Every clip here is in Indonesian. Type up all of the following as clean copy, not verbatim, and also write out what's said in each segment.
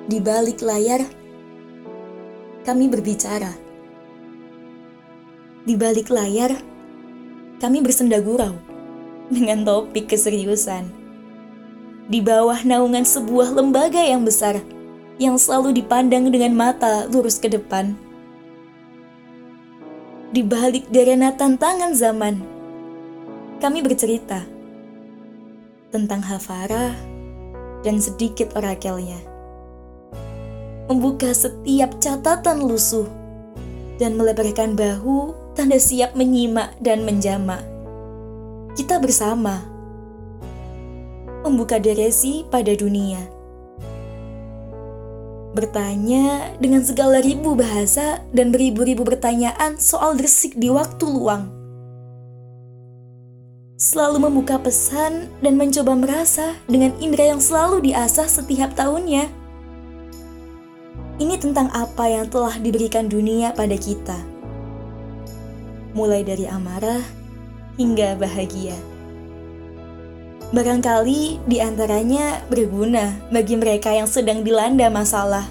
Di balik layar, kami berbicara. Di balik layar, kami bersenda gurau dengan topik keseriusan. Di bawah naungan sebuah lembaga yang besar, yang selalu dipandang dengan mata lurus ke depan. Di balik derena tantangan zaman, kami bercerita tentang Hafara dan sedikit orakelnya. Membuka setiap catatan lusuh dan melebarkan bahu tanda siap menyimak dan menjamak. Kita bersama membuka deresi pada dunia. Bertanya dengan segala ribu bahasa dan beribu-ribu pertanyaan soal dersik di waktu luang. Selalu membuka pesan dan mencoba merasa dengan indera yang selalu diasah setiap tahunnya. Ini tentang apa yang telah diberikan dunia pada kita. Mulai dari amarah hingga bahagia. Barangkali di antaranya berguna bagi mereka yang sedang dilanda masalah.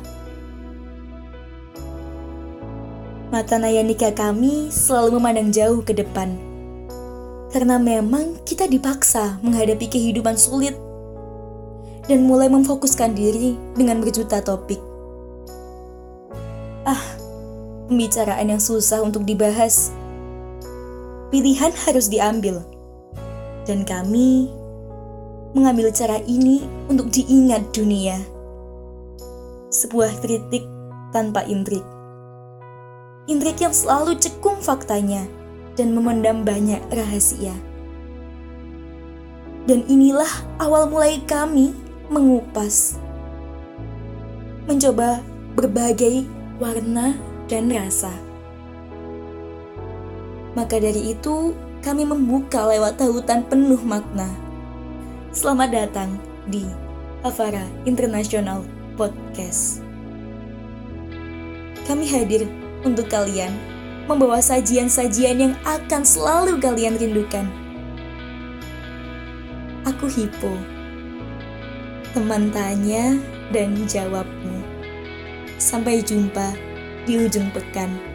Mata nayanika kami selalu memandang jauh ke depan. Karena memang kita dipaksa menghadapi kehidupan sulit dan mulai memfokuskan diri dengan berjuta topik. Pembicaraan yang susah untuk dibahas. Pilihan harus diambil. Dan kami mengambil cara ini untuk diingat dunia. Sebuah kritik tanpa intrik. Intrik yang selalu cekung faktanya dan memendam banyak rahasia. Dan inilah awal mulai kami mengupas. Mencoba berbagai warna dan rasa. Maka dari itu, kami membuka lewat tautan penuh makna. Selamat datang di Hafara International Podcast. Kami hadir untuk kalian, membawa sajian-sajian yang akan selalu kalian rindukan. Aku Hippo, teman tanya dan jawabmu. Sampai jumpa di ujung pekan.